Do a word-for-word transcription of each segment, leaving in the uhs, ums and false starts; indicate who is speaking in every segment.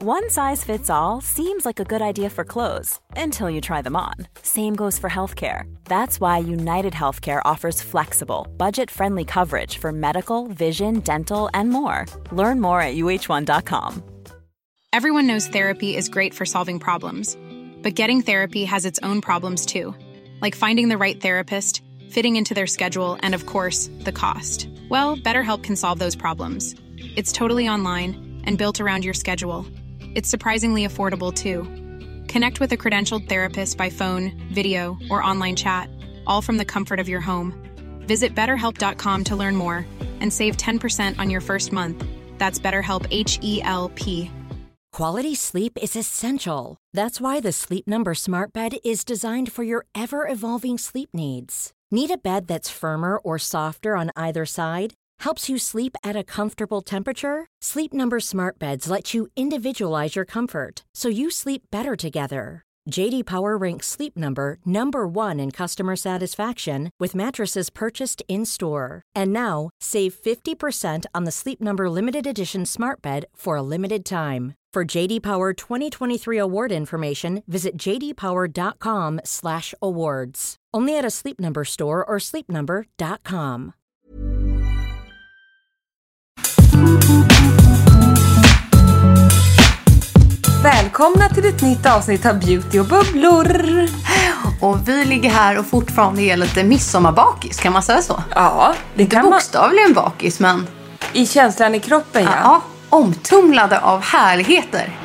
Speaker 1: One size fits all seems like a good idea for clothes until you try them on. Same goes for healthcare. That's why United Healthcare offers flexible, budget-friendly coverage for medical, vision, dental, and more. Learn more at U H one dot com.
Speaker 2: Everyone knows therapy is great for solving problems, but getting therapy has its own problems too, like finding the right therapist, fitting into their schedule, and of course, the cost. Well, BetterHelp can solve those problems. It's totally online and built around your schedule. It's surprisingly affordable too. Connect with a credentialed therapist by phone, video, or online chat, all from the comfort of your home. Visit better help dot com to learn more and save ten percent on your first month. That's BetterHelp, H E L P.
Speaker 3: Quality sleep is essential. That's why the Sleep Number Smart Bed is designed for your ever-evolving sleep needs. Need a bed that's firmer or softer on either side? Helps you sleep at a comfortable temperature? Sleep Number Smart Beds let you individualize your comfort so you sleep better together. J D Power ranks Sleep Number number one in customer satisfaction with mattresses purchased in-store. And now, save fifty percent on the Sleep Number Limited Edition Smart Bed for a limited time. For J D Power twenty twenty-three award information, visit j d power dot com slash awards. Only at a Sleep Number store or sleep number dot com.
Speaker 4: Välkomna till ett nytt avsnitt av Beauty och bubblor.
Speaker 5: Och vi ligger här och fortfarande är lite midsommarbakis, kan man säga så?
Speaker 4: Ja, det
Speaker 5: Inte
Speaker 4: kan
Speaker 5: bokstavligen man... bakis, men...
Speaker 4: I känslan i kroppen, ja.
Speaker 5: Ja, omtumlade av härligheter.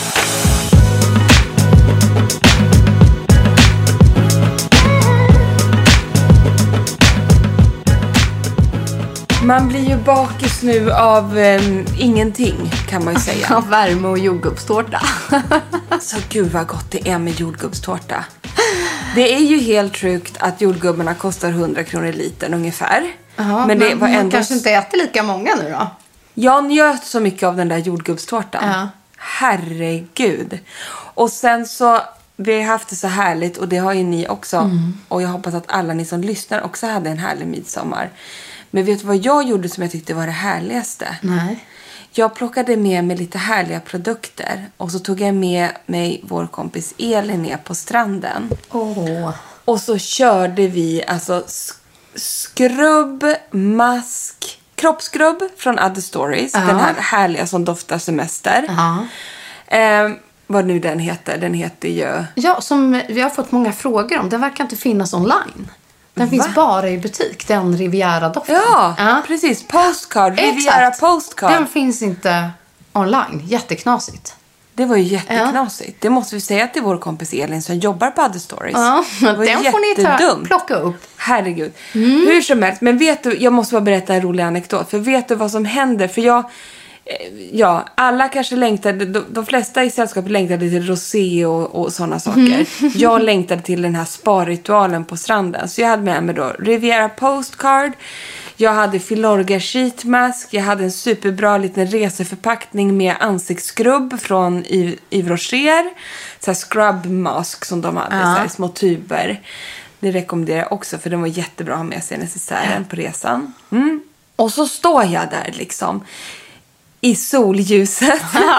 Speaker 4: Man blir ju bakis nu av um, ingenting, kan man ju säga.
Speaker 5: Av värme och jordgubbstårta.
Speaker 4: Så gud vad gott det är med jordgubbstårta. Det är ju helt sjukt att jordgubbarna kostar hundra kronor litern ungefär.
Speaker 5: Aha,
Speaker 4: men det
Speaker 5: men
Speaker 4: var
Speaker 5: man
Speaker 4: ändå...
Speaker 5: kanske inte äter lika många nu då?
Speaker 4: Jag njöt så mycket av den där jordgubbstårtan.
Speaker 5: Ja.
Speaker 4: Herregud. Och sen så... Vi har haft det så härligt, och det har ju ni också. Mm. Och jag hoppas att alla ni som lyssnar också hade en härlig midsommar. Men vet du vad jag gjorde som jag tyckte var det härligaste?
Speaker 5: Nej.
Speaker 4: Jag plockade med mig lite härliga produkter. Och så tog jag med mig vår kompis Elin ner på stranden.
Speaker 5: Oh.
Speaker 4: Och så körde vi alltså skrubb, mask, kroppsskrubb från Other Stories. Uh-huh. Den här härliga som doftar semester.
Speaker 5: Uh-huh.
Speaker 4: Eh, vad nu den heter. Den heter ju...
Speaker 5: Ja, som vi har fått många frågor om. Den verkar inte finnas online. Den Va? finns bara i butik, den Riviera-doften.
Speaker 4: Ja, ja, precis. Postcard, Riviera
Speaker 5: Exakt.
Speaker 4: Postcard.
Speaker 5: Den finns inte online. Jätteknasigt.
Speaker 4: Det var ju jätteknasigt. Ja. Det måste vi säga till vår kompis Elin som jobbar på Other Stories.
Speaker 5: Ja,
Speaker 4: det var
Speaker 5: den får ni ta, plocka upp.
Speaker 4: Herregud.
Speaker 5: Mm.
Speaker 4: Hur som helst, men vet du, jag måste bara berätta en rolig anekdot. För vet du vad som händer? För jag... Ja, alla kanske längtade, de, de flesta i sällskapet längtade till rosé och, och sådana saker. Mm. Jag längtade till den här sparritualen på stranden. Så jag hade med mig då Riviera Postcard. Jag hade Filorga Sheet Mask. Jag hade en superbra liten reseförpackning med ansiktsskrubb från Yves Rocher. Så här scrub mask som de hade, ja. Så här små tuber. Det rekommenderar jag också, för den var jättebra att ha med sig necessären på resan. Mm. Och så står jag där liksom i solljuset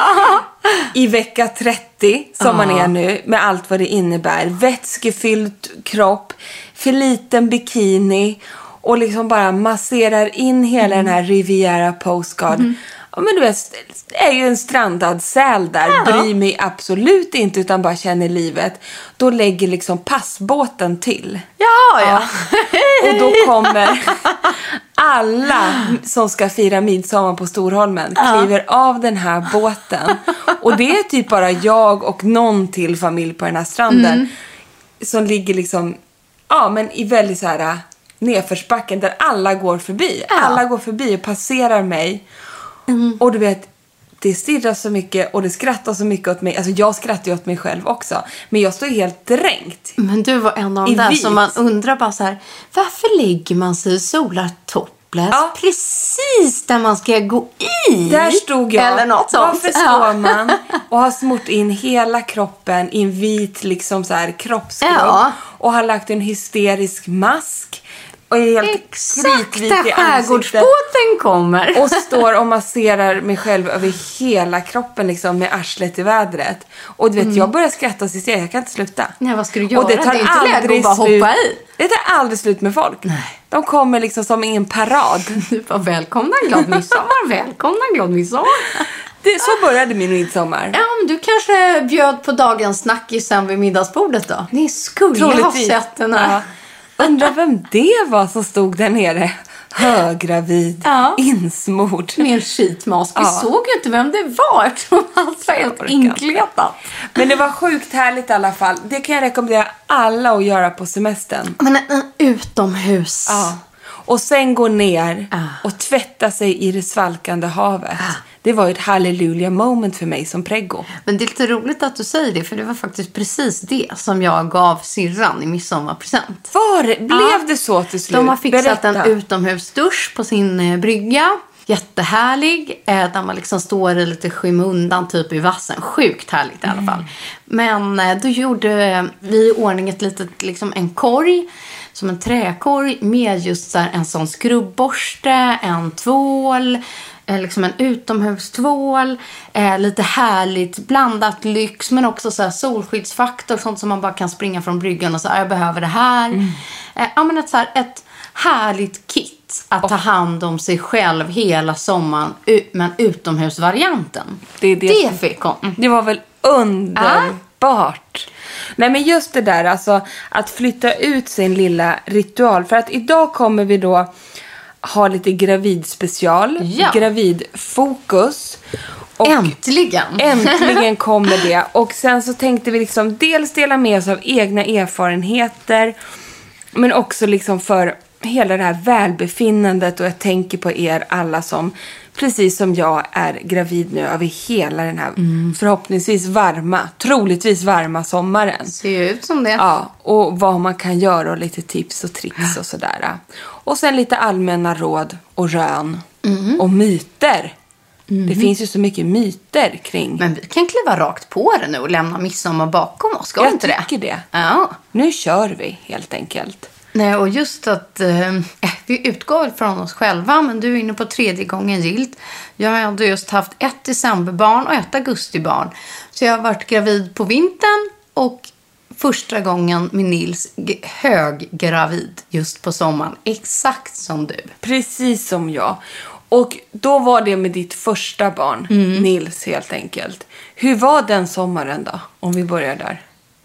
Speaker 4: i vecka trettio som uh-huh. man är nu, med allt vad det innebär. Vätskefylld kropp, för liten bikini, och liksom bara masserar in hela mm. den här Riviera Postcard. Mm. Ja, men du vet, det är ju en strandad säl där. Ja. Bryr mig absolut inte, utan bara känner livet. Då lägger liksom passbåten till.
Speaker 5: Ja, ja.
Speaker 4: ja. Och då kommer alla som ska fira midsommar på Storholmen kliver ja. av den här båten. Och det är typ bara jag och någon till familj på den här stranden. Mm. Som ligger liksom, ja, men i väldigt så här nedförsbacken där alla går förbi. Ja. Alla går förbi och passerar mig. Mm. Och du vet, det stirrar så mycket och det skrattar så mycket åt mig. Alltså jag skrattar ju åt mig själv också. Men jag står helt dränkt.
Speaker 5: Men du var en av de där vit. Som man undrar bara så här: varför lägger man sig i solar topless? Ja. Precis där man ska gå i.
Speaker 4: Där stod jag.
Speaker 5: Eller något sånt.
Speaker 4: Varför står man och har smort in hela kroppen i en vit liksom så här kroppsskrubb. Ja. Och har lagt en hysterisk mask Och är helt
Speaker 5: exakt där skärgårdsbåten kommer.
Speaker 4: Och står och masserar mig själv över hela kroppen liksom, med arslet i vädret. Och du vet, mm. jag börjar skratta och säga, jag kan inte sluta.
Speaker 5: Nej, vad ska du göra?
Speaker 4: Och det tar
Speaker 5: det är inte
Speaker 4: aldrig
Speaker 5: bara
Speaker 4: slut.
Speaker 5: Hoppa i.
Speaker 4: Det tar aldrig slut med folk.
Speaker 5: Nej.
Speaker 4: De kommer liksom som i en parad.
Speaker 5: Du bara, välkomna glad midsommar, välkomna glad midsommar.
Speaker 4: Det, så började min midsommar.
Speaker 5: Ja, men du kanske bjöd på dagens snackis sen vid middagsbordet då? Ni skulle Troligtvis. ha sett den här.
Speaker 4: Ja. Undrar vem det var som stod där nere. Höggravid, ja. insmord.
Speaker 5: Med en skitmask. Ja. Vi såg ju inte vem det var. Eftersom han var helt inkletat.
Speaker 4: Men det var sjukt härligt i alla fall. Det kan jag rekommendera alla att göra på semestern.
Speaker 5: Men en, en utomhus.
Speaker 4: Ja. Och sen gå ner
Speaker 5: ah.
Speaker 4: och tvätta sig i det svalkande havet. Ah. Det var ju ett halleluja moment för mig som preggo.
Speaker 5: Men det är lite roligt att du säger det. För det var faktiskt precis det som jag gav syrran i midsommarpresent.
Speaker 4: Var blev ah. det så till slut?
Speaker 5: De har fixat
Speaker 4: Berätta.
Speaker 5: en utomhusdusch på sin eh, brygga. Jättehärlig. Eh, där man liksom står i lite skymundan typ i vassen. Sjukt härligt i alla fall. Mm. Men eh, då gjorde vi i ordning ett litet, liksom en korg. Som en träkorg med just så här en sån skrubborste, en tvål, eh, liksom en utomhustvål, eh, lite härligt blandat lyx, men också så här solskyddsfaktor, sånt som man bara kan springa från bryggan och säga, jag behöver det här. Mm. Eh, ja, men ett, så här, ett härligt kit att oh. ta hand om sig själv hela sommaren, men utomhusvarianten.
Speaker 4: Det är det,
Speaker 5: det
Speaker 4: som,
Speaker 5: fick hon.
Speaker 4: Det var väl underbart. Ah. Nej, men just det där, alltså att flytta ut sin lilla ritual. För att idag kommer vi då ha lite gravidspecial,
Speaker 5: ja.
Speaker 4: gravidfokus. Och
Speaker 5: äntligen!
Speaker 4: Äntligen kommer det. Och sen så tänkte vi liksom dels dela med oss av egna erfarenheter, men också liksom för hela det här välbefinnandet. Och jag tänker på er alla som, precis som jag, är gravid nu över hela den här mm. förhoppningsvis varma, troligtvis varma sommaren.
Speaker 5: Ser ju ut som det.
Speaker 4: Ja, och vad man kan göra och lite tips och tricks och sådär. Och sen lite allmänna råd och rön mm. och myter. Mm. Det finns ju så mycket myter kring.
Speaker 5: Men vi kan kliva rakt på det nu och lämna midsommar bakom oss, ska
Speaker 4: jag
Speaker 5: inte det?
Speaker 4: Jag tycker det.
Speaker 5: Ja.
Speaker 4: Nu kör vi helt enkelt.
Speaker 5: Nej, och just att eh, vi utgår från oss själva, men du är inne på tredje gången gilt. Jag har ändå just haft ett decemberbarn och ett augustibarn. Så jag har varit gravid på vintern och första gången med Nils höggravid just på sommaren. Exakt som du.
Speaker 4: Precis som jag. Och då var det med ditt första barn, mm. Nils helt enkelt. Hur var den sommaren då, om vi börjar där?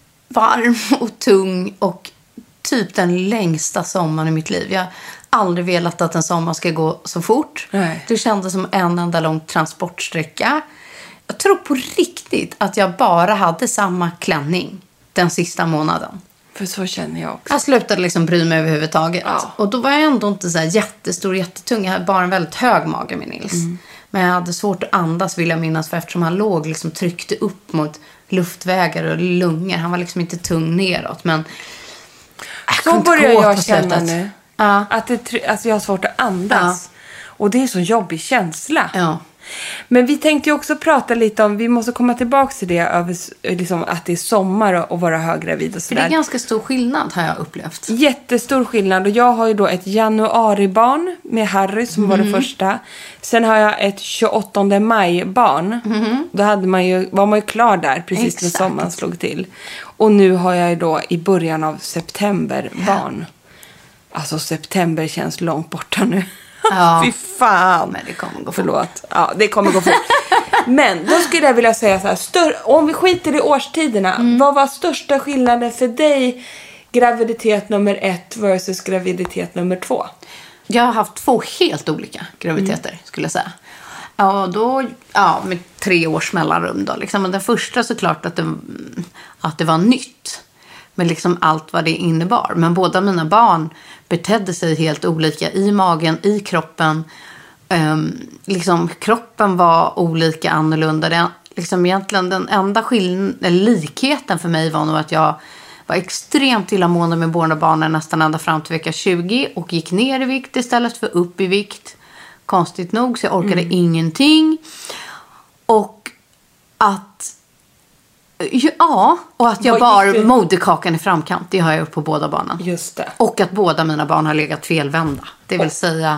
Speaker 5: Varm och tung och typ den längsta sommaren i mitt liv. Jag har aldrig velat att en sommar ska gå så fort.
Speaker 4: Nej.
Speaker 5: Det kändes som en enda lång transportsträcka. Jag tror på riktigt att jag bara hade samma klänning den sista månaden.
Speaker 4: För så känner jag också.
Speaker 5: Jag slutade liksom bry mig överhuvudtaget.
Speaker 4: Ja.
Speaker 5: Och då var jag ändå inte så här jättestor, jättetung. Jag hade bara en väldigt hög mage med Nils. Mm. Men jag hade svårt att andas, vill jag minnas. För eftersom han låg liksom tryckte upp mot luftvägar och lungor. Han var liksom inte tung neråt. Men
Speaker 4: så börjar jag känna nu.
Speaker 5: Ja.
Speaker 4: Att det, alltså jag har svårt att andas. Ja. Och det är en så jobbig känsla.
Speaker 5: Ja.
Speaker 4: Men vi tänkte ju också prata lite om, vi måste komma tillbaka till det, över, liksom, att det är sommar och, och vara höggravid och sådär.
Speaker 5: Det är ganska stor skillnad, har jag upplevt.
Speaker 4: Jättestor skillnad. Och jag har ju då ett januaribarn med Harry som mm. var det första. Sen har jag ett tjugoåttonde maj-barn. Mm. Då hade man ju, var man ju klar där precis Exakt. När sommaren slog till. Och nu har jag ju då i början av september barn. Ja. Alltså september känns långt borta nu.
Speaker 5: Ja.
Speaker 4: Fy fan.
Speaker 5: Men det kommer gå
Speaker 4: Förlåt. Fort. Ja, det kommer gå fort. Men då skulle jag vilja säga så här. Stör, om vi skiter i årstiderna. Mm. Vad var största skillnaden för dig? Graviditet nummer ett versus graviditet nummer två.
Speaker 5: Jag har haft två helt olika graviditeter, mm. skulle jag säga. Ja, då, ja, med tre års mellanrum då. Liksom. Men den första såklart att det, att det var nytt. Med liksom allt vad det innebar. Men båda mina barn betedde sig helt olika i magen, i kroppen. Um, liksom kroppen var olika annorlunda. Det, liksom egentligen den enda skill- eller likheten för mig var nog att jag var extremt illamående med båda barnen nästan ända fram till vecka tjugo. Och gick ner i vikt istället för upp i vikt. Konstigt nog, så jag orkade mm. ingenting. Och att Ja, och att jag
Speaker 4: Vad
Speaker 5: bar
Speaker 4: gick du-
Speaker 5: moderkakan i framkant. Det har jag gjort på båda barnen.
Speaker 4: Just det.
Speaker 5: Och att båda mina barn har legat felvända. Det vill säga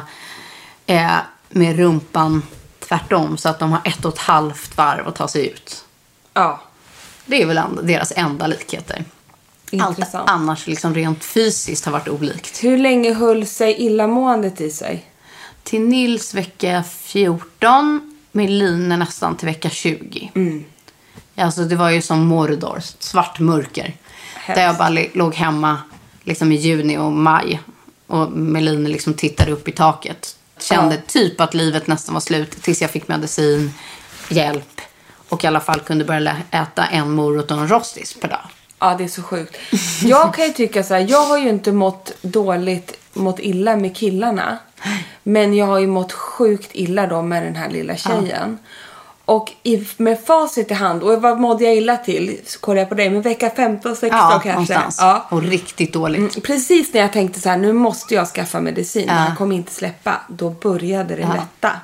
Speaker 5: eh, med rumpan tvärtom. Så att de har ett och ett halvt varv att ta sig ut.
Speaker 4: Ja.
Speaker 5: Det är väl en, deras enda likheter. Allt
Speaker 4: Intressant.
Speaker 5: annars liksom rent fysiskt har varit olikt.
Speaker 4: Hur länge höll sig illamåendet i sig?
Speaker 5: Till Nils vecka fjorton. Med Line nästan till vecka tjugo.
Speaker 4: Mm.
Speaker 5: Alltså det var ju som Mordor. Svart mörker.
Speaker 4: Hemskt.
Speaker 5: Där jag bara li- låg hemma liksom i juni och maj. Och Meline liksom tittade upp i taket. Kände
Speaker 4: Ja.
Speaker 5: typ att livet nästan var slut. Tills jag fick medicin, hjälp. Och i alla fall kunde börja lä- äta en morot och en rostis per dag.
Speaker 4: Ja, det är så sjukt. Jag kan ju tycka så här, jag har ju inte mått dåligt, mått illa med killarna. Men jag har ju mått sjukt illa då med den här lilla tjejen. Och i, med facit i hand, och vad mådde jag illa till? Så kollar jag på dig, men vecka femton, sexton
Speaker 5: Ja,
Speaker 4: kanske.
Speaker 5: någonstans.
Speaker 4: Ja.
Speaker 5: Och riktigt dåligt.
Speaker 4: Mm, precis när jag tänkte så här, nu måste jag skaffa medicin.
Speaker 5: Ja.
Speaker 4: Jag kommer inte släppa. Då började det
Speaker 5: Ja.
Speaker 4: lätta.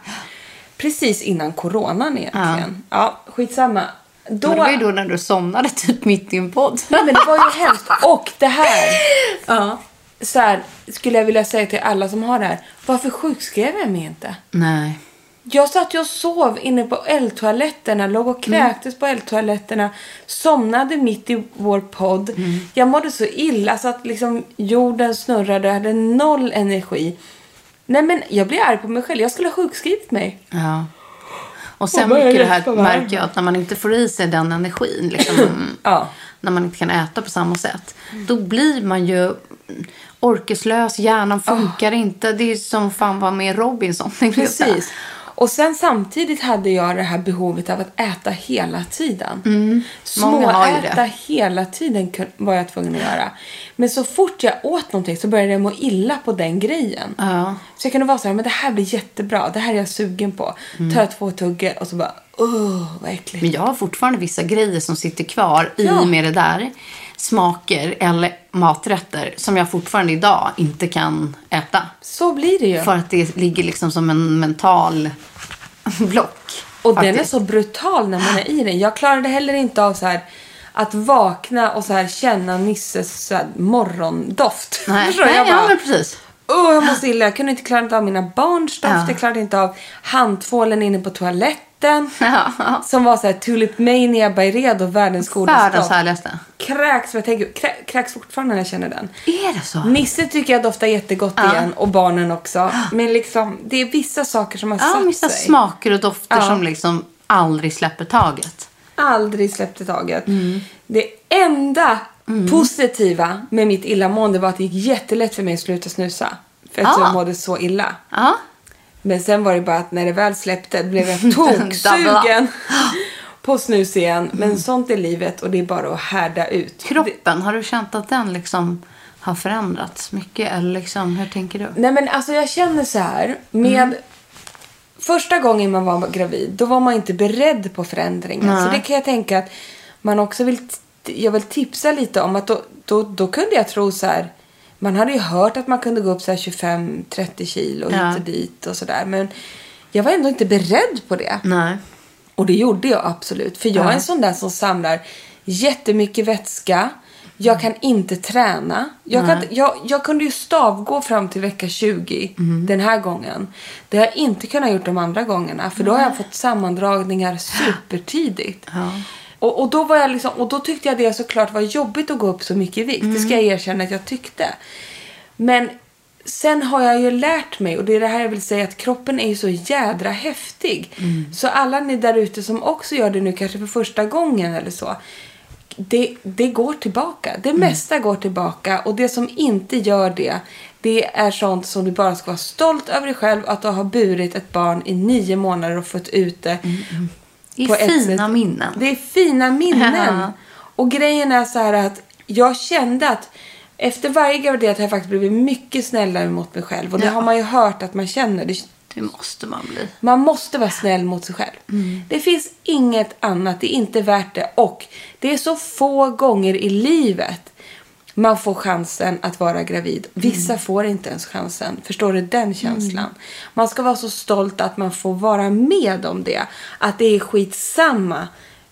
Speaker 4: Precis innan coronan egentligen. Ja, skitsamma. Då...
Speaker 5: Men det var ju då när du somnade typ mitt i en podd.
Speaker 4: Nej, men det var ju hemskt. Och det här,
Speaker 5: Ja.
Speaker 4: så här skulle jag vilja säga till alla som har det här. Varför sjukskrev jag mig inte?
Speaker 5: Nej.
Speaker 4: Jag satt ju och sov inne på eldtoaletterna, låg och kräktes mm. på eldtoaletterna, somnade mitt i vår podd. Mm. Jag mådde så illa så att liksom jorden snurrade och hade noll energi. Nej, men jag blir arg på mig själv. Jag skulle ha sjukskrivit mig.
Speaker 5: Ja. Och sen
Speaker 4: Och vad är
Speaker 5: mycket det
Speaker 4: det
Speaker 5: här
Speaker 4: för
Speaker 5: märker jag att när man inte får i sig den energin liksom,
Speaker 4: Ja.
Speaker 5: när man inte kan äta på samma sätt, då blir man ju orkeslös, hjärnan funkar oh. inte. Det är som fan var med Robinson.
Speaker 4: Precis. Och sen samtidigt hade jag det här behovet av att äta hela tiden.
Speaker 5: Mm. Många har ju det.
Speaker 4: Småäta hela tiden var jag tvungen att göra. Men så fort jag åt någonting så började jag må illa på den grejen.
Speaker 5: Ja.
Speaker 4: Så jag kunde vara så här, men det här blir jättebra. Det här är jag sugen på. Mm. Tar jag två tuggor och så bara, åh, vad äckligt.
Speaker 5: Men jag har fortfarande vissa grejer som sitter kvar
Speaker 4: ja.
Speaker 5: i med det där. Smaker eller maträtter som jag fortfarande idag inte kan äta.
Speaker 4: Så blir det ju.
Speaker 5: För att det ligger liksom som en mental block.
Speaker 4: Och
Speaker 5: faktiskt.
Speaker 4: den är så brutal när man är i den. Jag klarade heller inte av så här att vakna och så här känna Nisses så här morgondoft.
Speaker 5: Nej,
Speaker 4: jag
Speaker 5: Nej
Speaker 4: bara,
Speaker 5: ja, men precis.
Speaker 4: Åh, jag måste illa. Jag kunde inte klara av mina barns doft.
Speaker 5: Ja.
Speaker 4: Jag klarade inte av handtvålen inne på toaletten.
Speaker 5: Ja.
Speaker 4: Som var så här Tulip Mania by Redo, världens godaste
Speaker 5: Världens
Speaker 4: doft.
Speaker 5: härligaste.
Speaker 4: Kräks, jag tänker, krä, kräks fortfarande när jag känner den.
Speaker 5: Är det så?
Speaker 4: Nisse tycker jag doftar jättegott
Speaker 5: Ja.
Speaker 4: igen. Och barnen också. Men liksom, det är vissa saker som har
Speaker 5: Ja,
Speaker 4: satt
Speaker 5: vissa
Speaker 4: sig.
Speaker 5: smaker och dofter
Speaker 4: Ja.
Speaker 5: som liksom aldrig släpper taget.
Speaker 4: Aldrig släppte taget. Mm. Det enda mm. positiva med mitt illamående var att det gick jättelätt för mig att sluta snusa. För att
Speaker 5: Ah.
Speaker 4: jag mådde så illa.
Speaker 5: Ja.
Speaker 4: Men sen var det bara att när det väl släppte blev jag toksugen på snus igen. Men
Speaker 5: Mm.
Speaker 4: sånt är livet och det är bara att härda ut.
Speaker 5: Kroppen, har du känt att den liksom har förändrats mycket? Eller liksom, hur tänker du?
Speaker 4: Nej, men alltså jag känner så här. Med
Speaker 5: Mm.
Speaker 4: första gången man var gravid, då var man inte beredd på förändringen.
Speaker 5: Nej.
Speaker 4: Så det kan jag tänka att man också vill, jag vill tipsa lite om att då, då, då kunde jag tro så här. Man hade ju hört att man kunde gå upp så här tjugofem till trettio kilo
Speaker 5: Ja.
Speaker 4: hit och dit och sådär. Men jag var ändå inte beredd på det.
Speaker 5: Nej.
Speaker 4: Och det gjorde jag absolut. För jag
Speaker 5: Ja.
Speaker 4: är en sån där som samlar jättemycket vätska. Jag kan inte träna. Jag, kan, jag, jag kunde ju stavgå fram till vecka tjugo
Speaker 5: Mm.
Speaker 4: den här gången. Det har jag inte kunnat gjort de andra gångerna. För då har jag fått sammandragningar supertidigt.
Speaker 5: Ja.
Speaker 4: Och, och, då var jag liksom, och då tyckte jag det såklart var jobbigt att gå upp så mycket i vikt. Det ska jag erkänna att jag tyckte. Men sen har jag ju lärt mig, och det är det här jag vill säga, att kroppen är ju så jädra häftig. Mm. Så alla ni där ute som också gör det nu kanske för första gången eller så. Det, det går tillbaka. Det mesta mm. går tillbaka. Och det som inte gör det, det är sånt som du bara ska vara stolt över dig själv. Att du har burit ett barn i nio månader och fått ut det.
Speaker 5: Mm, mm. Det är
Speaker 4: på ett
Speaker 5: fina
Speaker 4: sätt.
Speaker 5: minnen.
Speaker 4: Det är fina minnen.
Speaker 5: Ja.
Speaker 4: Och grejen är så här att jag kände att efter varje graviditet har jag faktiskt blivit mycket snällare mot mig själv. Och det
Speaker 5: Ja.
Speaker 4: har man ju hört att man känner. Det,
Speaker 5: Det måste man bli.
Speaker 4: man måste vara snäll mot sig själv. Mm. Det finns inget annat. Det är inte värt det. Och det är så få gånger i livet man får chansen att vara gravid. Vissa mm. får inte ens chansen. Förstår du den känslan? Mm. Man ska vara så stolt att man får vara med om det. Att det är skitsamma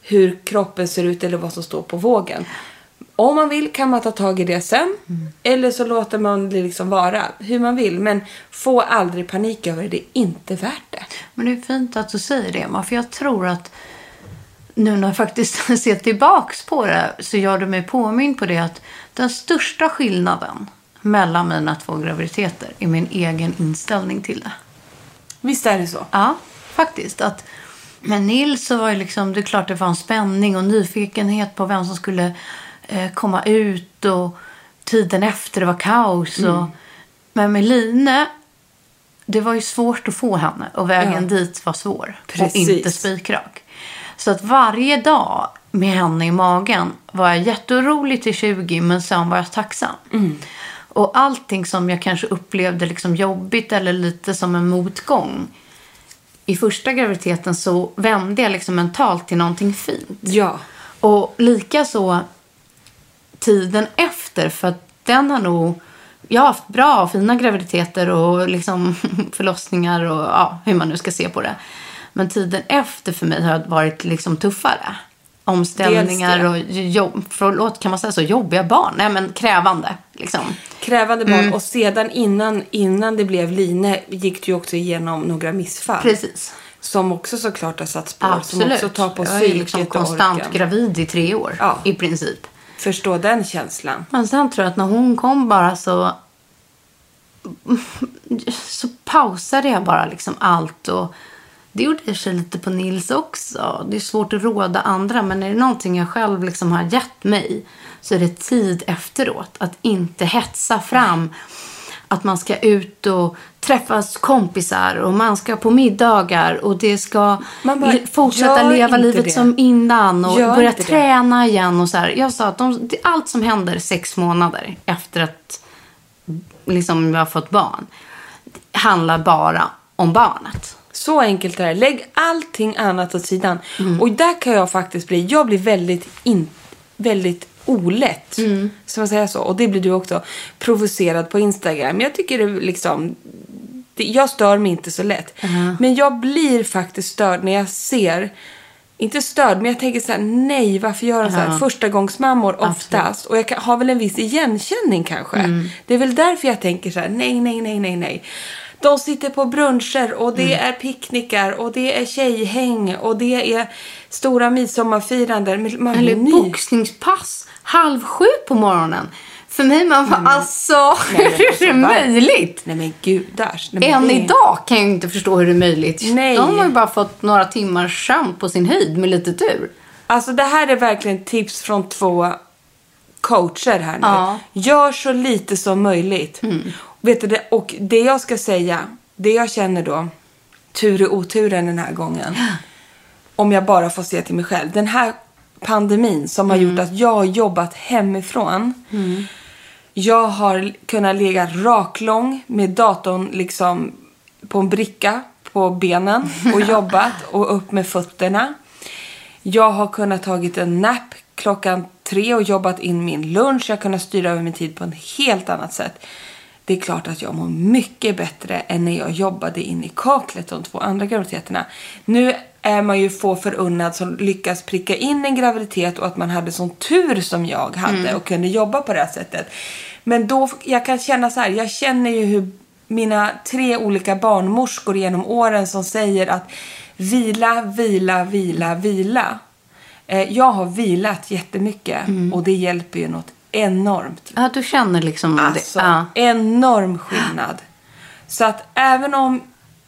Speaker 4: hur kroppen ser ut eller vad som står på vågen. Om man vill kan man ta tag i det sen. Mm. Eller så låter man det liksom vara hur man vill. Men få aldrig panik över det. Det är inte värt det.
Speaker 5: Men det är fint att du säger det, Emma. För jag tror att nu när jag faktiskt ser tillbaks på det så gör det mig påminn på det att den största skillnaden mellan mina två graviditeter är min egen inställning till det.
Speaker 4: Visst är det så?
Speaker 5: Ja, faktiskt. Att med Nils så var det liksom, det är klart det var en spänning och nyfikenhet på vem som skulle eh, komma ut och tiden efter det var kaos. Och, mm. Men med Line, det var ju svårt att få henne och vägen ja. dit var svår. Precis. Och inte spikrak. Så att varje dag med henne i magen var jag jätteorolig till tjugo, men sen var jag tacksam. Mm. Och allting som jag kanske upplevde liksom jobbigt eller lite som en motgång i första graviditeten så vände jag liksom mentalt till någonting fint.
Speaker 4: Ja.
Speaker 5: Och lika så tiden efter, för att den har nog, jag har haft bra och fina graviditeter och liksom förlossningar och ja, hur man nu ska se på det. Men tiden efter för mig har varit liksom tuffare. Omställningar och jobb, förlåt, kan man säga så, jobbiga barn. Nej, men krävande liksom.
Speaker 4: Krävande barn mm. och sedan innan, innan det blev Line gick du ju också igenom några missfall.
Speaker 5: Precis.
Speaker 4: Som också såklart har satt spår.
Speaker 5: Absolut.
Speaker 4: Som också tar på
Speaker 5: jag är liksom konstant orken. Gravid i tre år ja. i princip.
Speaker 4: Förstå den känslan.
Speaker 5: Men sen tror jag att när hon kom bara så så pausade jag bara liksom allt och det gjorde sig lite på Nils också. Det är svårt att råda andra, men är det någonting jag själv liksom har gett mig så är det tid efteråt. Att inte hetsa fram att man ska ut och träffas kompisar och man ska på middagar och det ska man bara, fortsätta leva livet det. som innan och gör börja träna det. igen och så här. Jag sa att de, allt som händer sex månader efter att liksom jag har fått barn handlar bara om barnet.
Speaker 4: Så enkelt är det. Lägg allting annat åt sidan. Mm. Och där kan jag faktiskt bli, jag blir väldigt, in, väldigt olätt. Mm. Som man säger så. Och det blir du också provocerad på Instagram. Jag tycker det liksom, det, jag stör mig inte så lätt. Mm. Men jag blir faktiskt störd när jag ser, inte störd, men jag tänker så här, nej, varför gör de så här? Mm. Första gångs mammor oftast. Absolut. Och jag kan, har väl en viss igenkänning kanske. Mm. Det är väl därför jag tänker så här, nej, nej, nej, nej, nej. De sitter på bruncher och det mm. är picknickar och det är tjejhäng och det är stora midsommarfiranden. Man
Speaker 5: eller ny. Boxningspass halv sju på morgonen. För mig man var alltså, nej, hur är det möjligt?
Speaker 4: Nej men gudars. Nej, men
Speaker 5: Än
Speaker 4: det...
Speaker 5: idag kan jag inte förstå hur det är möjligt.
Speaker 4: Nej.
Speaker 5: De har ju bara fått några timmars sömn på sin höjd med lite tur.
Speaker 4: Alltså det här är verkligen tips från två coacher här nu.
Speaker 5: Ja.
Speaker 4: Gör så lite som möjligt. Mm. Vet du, och det jag ska säga, det jag känner då, tur och oturen den här gången, om jag bara får se till mig själv. Den här pandemin som har mm. gjort att jag har jobbat hemifrån. Mm. Jag har kunnat ligga raklång med datorn liksom på en bricka på benen och jobbat och upp med fötterna. Jag har kunnat tagit en nap klockan tre och jobbat in min lunch. Jag har kunnat styra över min tid på en helt annat sätt. Det är klart att jag mår mycket bättre än när jag jobbade in i kaklet de två andra graviditeterna. Nu är man ju få förunnad som lyckas pricka in en graviditet och att man hade sån tur som jag hade mm. och kunde jobba på det här sättet. Men då, jag kan känna så här, jag känner ju hur mina tre olika barnmorskor genom åren som säger att vila, vila, vila, vila. Eh, jag har vilat jättemycket mm. och det hjälper ju något enormt.
Speaker 5: Ja, du känner liksom
Speaker 4: alltså,
Speaker 5: det. Ja.
Speaker 4: Enorm skillnad. Så att även om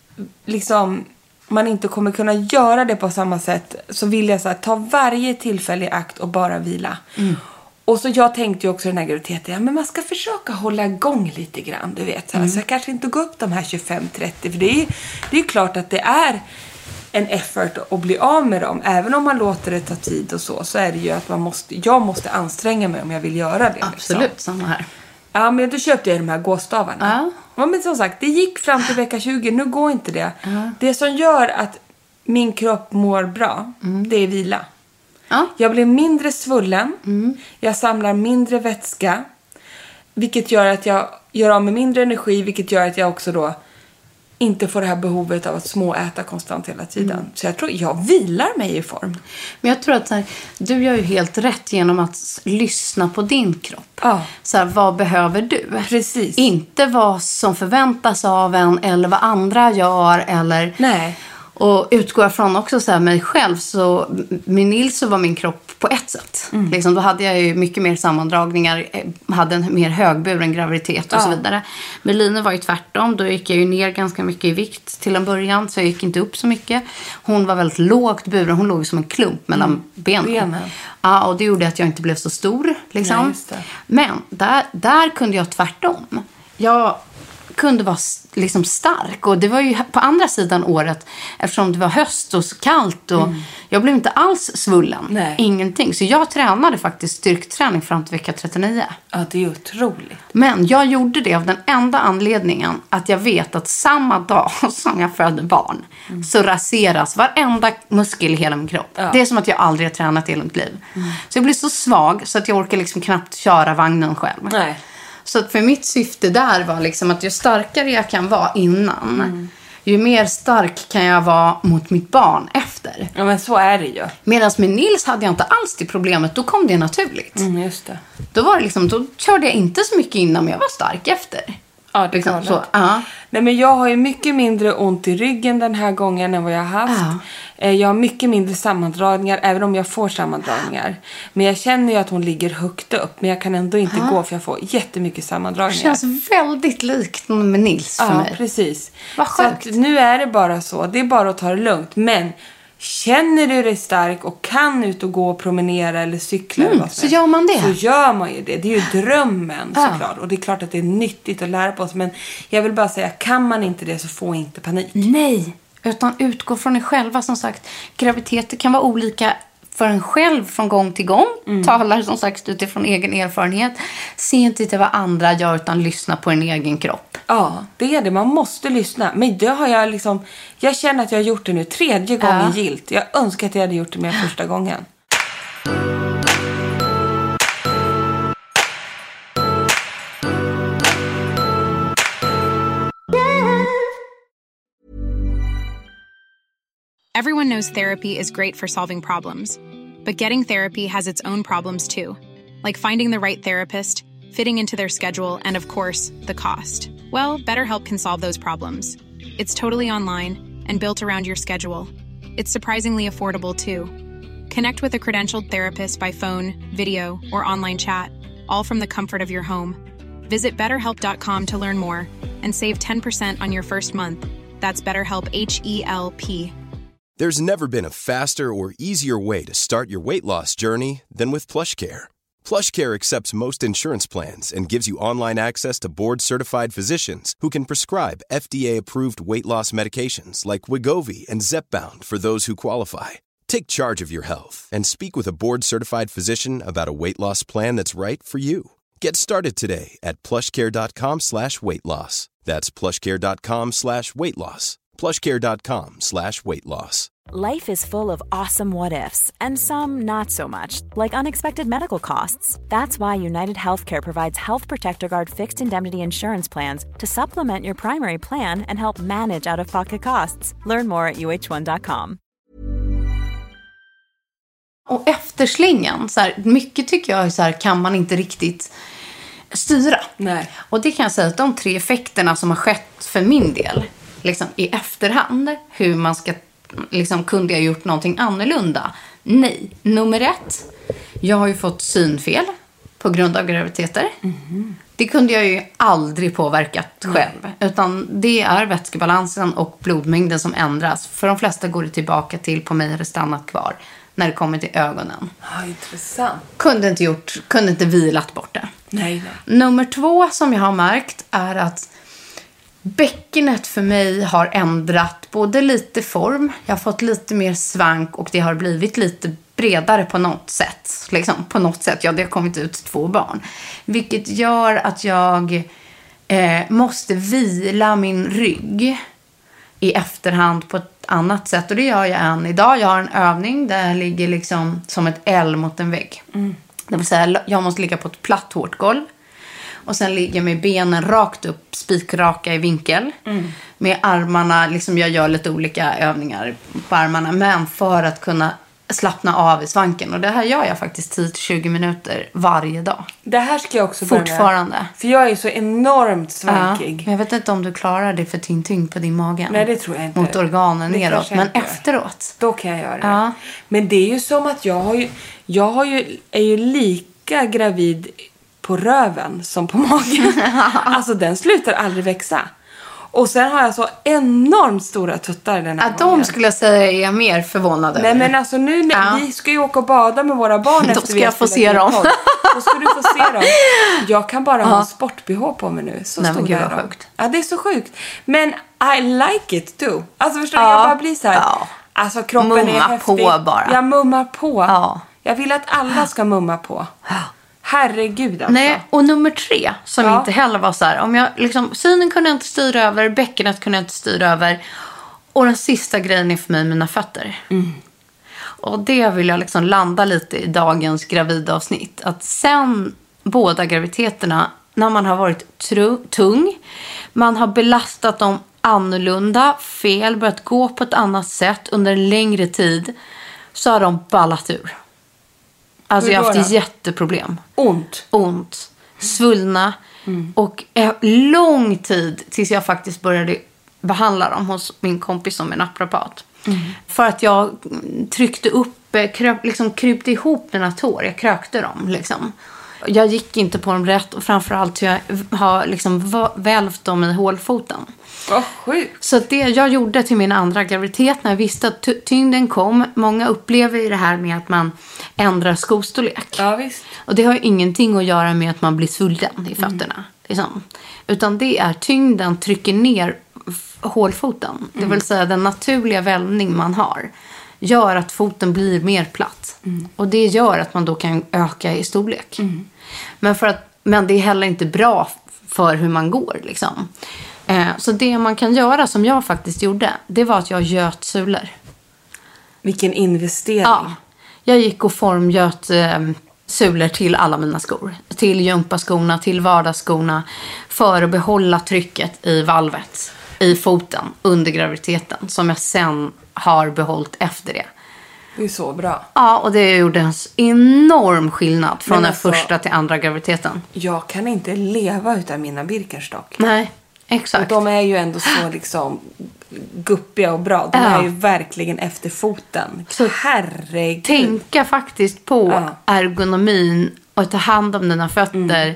Speaker 4: liksom man inte kommer kunna göra det på samma sätt så vill jag så här, ta varje tillfälle i akt och bara vila. Mm. Och så jag tänkte ju också den här graviditeten, ja, men man ska försöka hålla igång lite grann, du vet. Så, här, mm. så jag kanske inte gå upp de här tjugofem trettio, för det är ju det är klart att det är en effort att bli av med dem. Även om man låter det ta tid och så, så är det ju att man måste, jag måste anstränga mig om jag vill göra det.
Speaker 5: Absolut,
Speaker 4: liksom.
Speaker 5: Samma här.
Speaker 4: Ja, men då köpte jag de här gåstavarna.
Speaker 5: Ja.
Speaker 4: Ja, men som sagt, det gick fram till vecka tjugo. Nu går inte det.
Speaker 5: Ja.
Speaker 4: Det som gör att min kropp mår bra, mm. det är vila.
Speaker 5: Ja.
Speaker 4: Jag blir mindre svullen.
Speaker 5: Mm.
Speaker 4: Jag samlar mindre vätska. Vilket gör att jag gör av med mindre energi. Vilket gör att jag också då inte får det här behovet av att småäta konstant hela tiden. Mm. Så jag tror jag vilar mig i form.
Speaker 5: Men jag tror att så här, du gör ju helt rätt genom att lyssna på din kropp.
Speaker 4: Ja.
Speaker 5: Så här, vad behöver du?
Speaker 4: Precis.
Speaker 5: Inte vad som förväntas av en eller vad andra gör. Eller...
Speaker 4: Nej.
Speaker 5: Och utgår jag från också så här, mig själv, så med Nils så var min kropp på ett sätt. Mm. Liksom, då hade jag ju mycket mer sammandragningar, hade en mer högburen graviditet och ja. så vidare. Men Line var ju tvärtom, då gick jag ju ner ganska mycket i vikt till en början, så jag gick inte upp så mycket. Hon var väldigt lågt buren, hon låg som en klump mellan mm. benen. benen. Ja, och det gjorde att jag inte blev så stor. Liksom.
Speaker 4: Nej, just det.
Speaker 5: Men där, där kunde jag tvärtom. Jag kunde vara liksom stark, och det var ju på andra sidan året, eftersom det var höst och så kallt, och mm. jag blev inte alls svullen. Nej. Ingenting. Så jag tränade faktiskt styrketräning fram till vecka trettionio.
Speaker 4: Ja, det är otroligt.
Speaker 5: Men jag gjorde det av den enda anledningen att jag vet att samma dag som jag födde barn mm. så raseras varenda muskel i hela min kropp. Ja. Det är som att jag aldrig har tränat i hela mitt liv. Mm. Så jag blir så svag så att jag orkar liksom knappt köra vagnen själv.
Speaker 4: Nej.
Speaker 5: Så att för mitt syfte där var liksom att ju starkare jag kan vara innan, mm. ju mer stark kan jag vara mot mitt barn efter.
Speaker 4: Ja, men så är det ju.
Speaker 5: Medan med Nils hade jag inte alls det problemet. Då kom det naturligt.
Speaker 4: Mm, just det.
Speaker 5: Då var det liksom, då körde jag inte så mycket innan, men jag var stark efter.
Speaker 4: Ja, det
Speaker 5: liksom,
Speaker 4: kan
Speaker 5: så, uh-huh.
Speaker 4: Nej, men jag har ju mycket mindre ont i ryggen den här gången än vad jag har haft. Uh-huh. Jag har mycket mindre sammandragningar, även om jag får sammandragningar. Men jag känner ju att hon ligger högt upp, men jag kan ändå inte uh-huh. gå för jag får jättemycket sammandragningar.
Speaker 5: Det känns väldigt likt med Nils för
Speaker 4: ja,
Speaker 5: mig.
Speaker 4: Ja, precis.
Speaker 5: Vad sjukt.
Speaker 4: Så att nu är det bara så. Det är bara att ta det lugnt. Men känner du dig stark och kan ut och gå och promenera eller cykla
Speaker 5: mm,
Speaker 4: eller vad
Speaker 5: så gör man det.
Speaker 4: Så gör man ju det. Det är ju drömmen ja. såklart. Och det är klart att det är nyttigt att lära på oss. Men jag vill bara säga, kan man inte det så får inte panik.
Speaker 5: Nej, utan utgå från er själva. Som sagt, graviditeter kan vara olika för en själv från gång till gång. Mm. Talar som sagt utifrån egen erfarenhet. Se inte till vad andra gör, utan lyssna på en egen kropp.
Speaker 4: Ja, det är det. Man måste lyssna. Men det har jag liksom... Jag känner att jag har gjort det nu tredje gången ja. gilt. Jag önskar att jag hade gjort det med första gången.
Speaker 2: Everyone knows therapy is great for solving problems. But getting therapy has its own problems too. Like finding the right therapist, fitting into their schedule, and of course, the cost. Well, BetterHelp can solve those problems. It's totally online and built around your schedule. It's surprisingly affordable too. Connect with a credentialed therapist by phone, video, or online chat, all from the comfort of your home. Visit better help dot com to learn more and save ten percent on your first month. That's BetterHelp, H E L P.
Speaker 6: There's never been a faster or easier way to start your weight loss journey than with PlushCare. PlushCare accepts most insurance plans and gives you online access to board-certified physicians who can prescribe F D A-approved weight loss medications like Wegovy and Zepbound for those who qualify. Take charge of your health and speak with a board-certified physician about a weight loss plan that's right for you. Get started today at plushcare.com slash weight loss. That's plushcare.com slash weight loss. plushcare.com slash weight loss.
Speaker 1: Life is full of awesome what-ifs, and some not so much, like unexpected medical costs. That's why United Healthcare provides Health Protector Guard fixed indemnity insurance plans to supplement your primary plan and help manage out-of-pocket costs. Learn more at U H one dot com.
Speaker 5: Och efterslingan, så här, mycket tycker jag så här, kan man inte riktigt styra.
Speaker 4: Nej.
Speaker 5: Och det kan jag säga att de tre effekterna som har skett för min del, liksom i efterhand, hur man ska, liksom, kunde jag gjort någonting annorlunda? Nej. Nummer ett, jag har ju fått synfel på grund av graviditeter. Mm. Det kunde jag ju aldrig påverkat mm. själv. Utan det är vätskebalansen och blodmängden som ändras. För de flesta går det tillbaka till, på mig har det stannat kvar när det kommer till ögonen.
Speaker 4: Ja, intressant.
Speaker 5: Kunde inte gjort, kunde inte vilat bort det.
Speaker 4: Nej, nej.
Speaker 5: Nummer två som jag har märkt är att bäckenet för mig har ändrat både lite form, jag har fått lite mer svank och det har blivit lite bredare på något sätt. Liksom, på något sätt, ja, det har kommit ut två barn. Vilket gör att jag eh, måste vila min rygg i efterhand på ett annat sätt. Och det gör jag än idag. Jag har en övning där jag ligger liksom som ett L mot en vägg. Mm. Det vill säga, jag måste ligga på ett platt hårt golv. Och sen ligger med benen rakt upp, spikraka i vinkel. Mm. Med armarna, liksom jag gör lite olika övningar på armarna. Men för att kunna slappna av i svanken. Och det här gör jag faktiskt tio till tjugo minuter varje dag.
Speaker 4: Det här ska jag också börja med.
Speaker 5: Fortfarande.
Speaker 4: För jag är så enormt svankig.
Speaker 5: Ja, jag vet inte om du klarar det för din tyngd på din mage.
Speaker 4: Nej, det tror jag inte.
Speaker 5: Mot organen
Speaker 4: det
Speaker 5: neråt. Men
Speaker 4: inte.
Speaker 5: efteråt.
Speaker 4: Då kan jag göra det.
Speaker 5: Ja.
Speaker 4: Men det är ju som att jag har ju... Jag har ju, är ju lika gravid på röven som på magen. Alltså den slutar aldrig växa. Och sen har jag så enormt stora tuttar den här
Speaker 5: ja, de skulle jag säga är mer förvånade.
Speaker 4: Nej, men alltså nu, ja. Vi ska ju åka och bada med våra barn efter.
Speaker 5: Då ska jag få se dem.
Speaker 4: Då ska du få se dem. Jag kan bara ja. ha sport-B H på mig nu. Så
Speaker 5: Nej, men gud
Speaker 4: vad
Speaker 5: vad sjukt.
Speaker 4: Ja, det är så sjukt. Men I like it too. Alltså förstår du,
Speaker 5: ja.
Speaker 4: jag bara blir så här. Ja. Alltså kroppen mumma är häftig.
Speaker 5: Mumma på bara.
Speaker 4: Jag mummar på.
Speaker 5: Ja.
Speaker 4: Jag vill att alla ska mumma på. Herregud alltså.
Speaker 5: Nej, och nummer tre som
Speaker 4: ja.
Speaker 5: inte heller var så här. Om jag, liksom, synen kunde jag inte styra över, bäckenet kunde jag inte styra över. Och den sista grejen är för mig mina fötter. Mm. Och det vill jag liksom landa lite i dagens gravidavsnitt. Att sen båda graviditeterna, när man har varit tru- tung, man har belastat dem annorlunda, fel, börjat gå på ett annat sätt under en längre tid, så har de ballat ur. Alltså jag har haft jätteproblem.
Speaker 4: Ont.
Speaker 5: Ont. Svullna. Mm. Och eh, lång tid tills jag faktiskt började behandla dem hos min kompis som är naprapat. Mm. För att jag tryckte upp, kröp, liksom krypte ihop mina tår. Jag krökte dem liksom. Jag gick inte på dem rätt och framförallt jag har liksom välvt dem i hålfoten.
Speaker 4: Vad sjukt.
Speaker 5: Så det jag gjorde till min andra graviditet när jag visste att ty- tyngden kom. Många upplever ju det här med att man ändrar skostorlek.
Speaker 4: Ja, visst.
Speaker 5: Och det har ju ingenting att göra med att man blir svullen i fötterna. Mm. Liksom. Utan det är tyngden trycker ner f- hålfoten. Mm. Det vill säga den naturliga välvning man har gör att foten blir mer platt. Mm. Och det gör att man då kan öka i storlek. Mm. Men, för att, men det är heller inte bra för hur man går liksom. Eh, så det man kan göra som jag faktiskt gjorde, det var att jag göt sulor.
Speaker 4: Vilken investering.
Speaker 5: Ja, jag gick och formgöt eh, sulor till alla mina skor. Till gympaskorna, till vardagsskorna. För att behålla trycket i valvet, i foten under graviditeten. Som jag sen har behållit efter det.
Speaker 4: Det är så bra.
Speaker 5: Ja, och det gjorde en enorm skillnad från den
Speaker 4: alltså,
Speaker 5: första till andra graviditeten.
Speaker 4: Jag kan inte leva utan mina Birkenstock.
Speaker 5: Nej, exakt.
Speaker 4: Och de är ju ändå så liksom guppiga och bra. De ja. är ju verkligen efter foten. Så herregud.
Speaker 5: Tänka faktiskt på ja. ergonomin och ta hand om dina fötter mm.